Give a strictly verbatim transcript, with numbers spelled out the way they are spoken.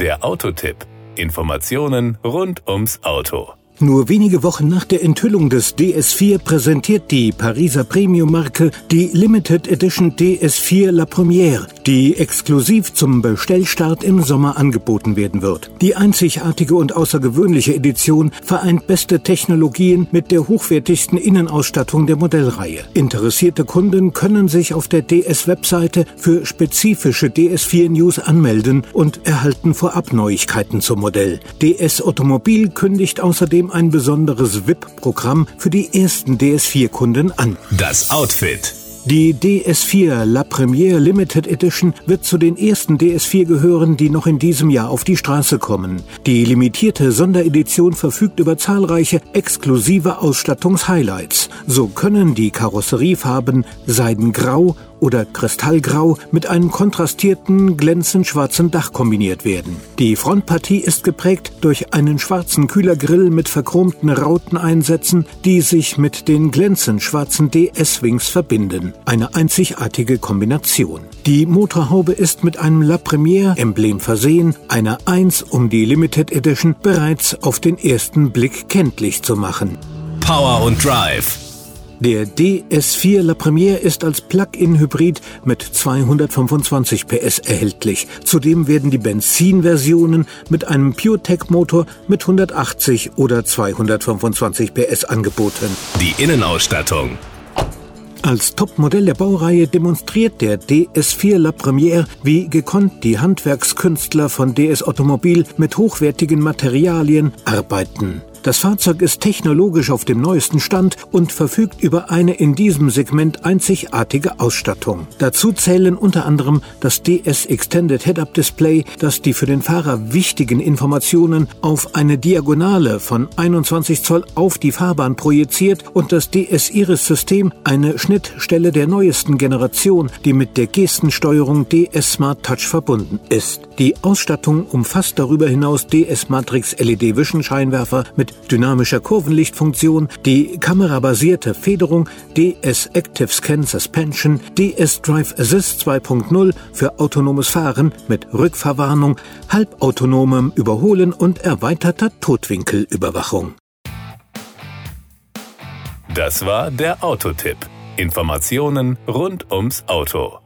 Der Autotipp. Informationen rund ums Auto. Nur wenige Wochen nach der Enthüllung des D S vier präsentiert die Pariser Premium-Marke die Limited Edition D S vier La Première, die exklusiv zum Bestellstart im Sommer angeboten werden wird. Die einzigartige und außergewöhnliche Edition vereint beste Technologien mit der hochwertigsten Innenausstattung der Modellreihe. Interessierte Kunden können sich auf der D S-Webseite für spezifische D S vier News anmelden und erhalten vorab Neuigkeiten zum Modell. D S Automobil kündigt außerdem ein besonderes V I P-Programm für die ersten D S vier Kunden an. Das Outfit. Die D S vier La Première Limited Edition wird zu den ersten D S vier gehören, die noch in diesem Jahr auf die Straße kommen. Die limitierte Sonderedition verfügt über zahlreiche exklusive Ausstattungs-Highlights. So können die Karosseriefarben Seidengrau oder Kristallgrau mit einem kontrastierten, glänzend schwarzen Dach kombiniert werden. Die Frontpartie ist geprägt durch einen schwarzen Kühlergrill mit verchromten Rauteneinsätzen, die sich mit den glänzend schwarzen D S-Wings verbinden. Eine einzigartige Kombination. Die Motorhaube ist mit einem La Première-Emblem versehen, einer eins, um die Limited Edition bereits auf den ersten Blick kenntlich zu machen. Power und Drive. Der D S vier La Première ist als Plug-in-Hybrid mit zweihundertfünfundzwanzig P S erhältlich. Zudem werden die Benzinversionen mit einem PureTech-Motor mit hundertachtzig oder zweihundertfünfundzwanzig P S angeboten. Die Innenausstattung. Als Topmodell der Baureihe demonstriert der D S vier La Première, wie gekonnt die Handwerkskünstler von D S Automobil mit hochwertigen Materialien arbeiten. Das Fahrzeug ist technologisch auf dem neuesten Stand und verfügt über eine in diesem Segment einzigartige Ausstattung. Dazu zählen unter anderem das D S Extended Head-Up Display, das die für den Fahrer wichtigen Informationen auf eine Diagonale von einundzwanzig Zoll auf die Fahrbahn projiziert, und das D S Iris System, eine Schnittstelle der neuesten Generation, die mit der Gestensteuerung D S Smart Touch verbunden ist. Die Ausstattung umfasst darüber hinaus D S Matrix L E D Vision Scheinwerfer mit dynamischer Kurvenlichtfunktion, die kamerabasierte Federung, D S Active Scan Suspension, D S Drive Assist zwei Punkt null für autonomes Fahren mit Rückfahrwarnung, halbautonomem Überholen und erweiterter Totwinkelüberwachung. Das war der Autotipp. Informationen rund ums Auto.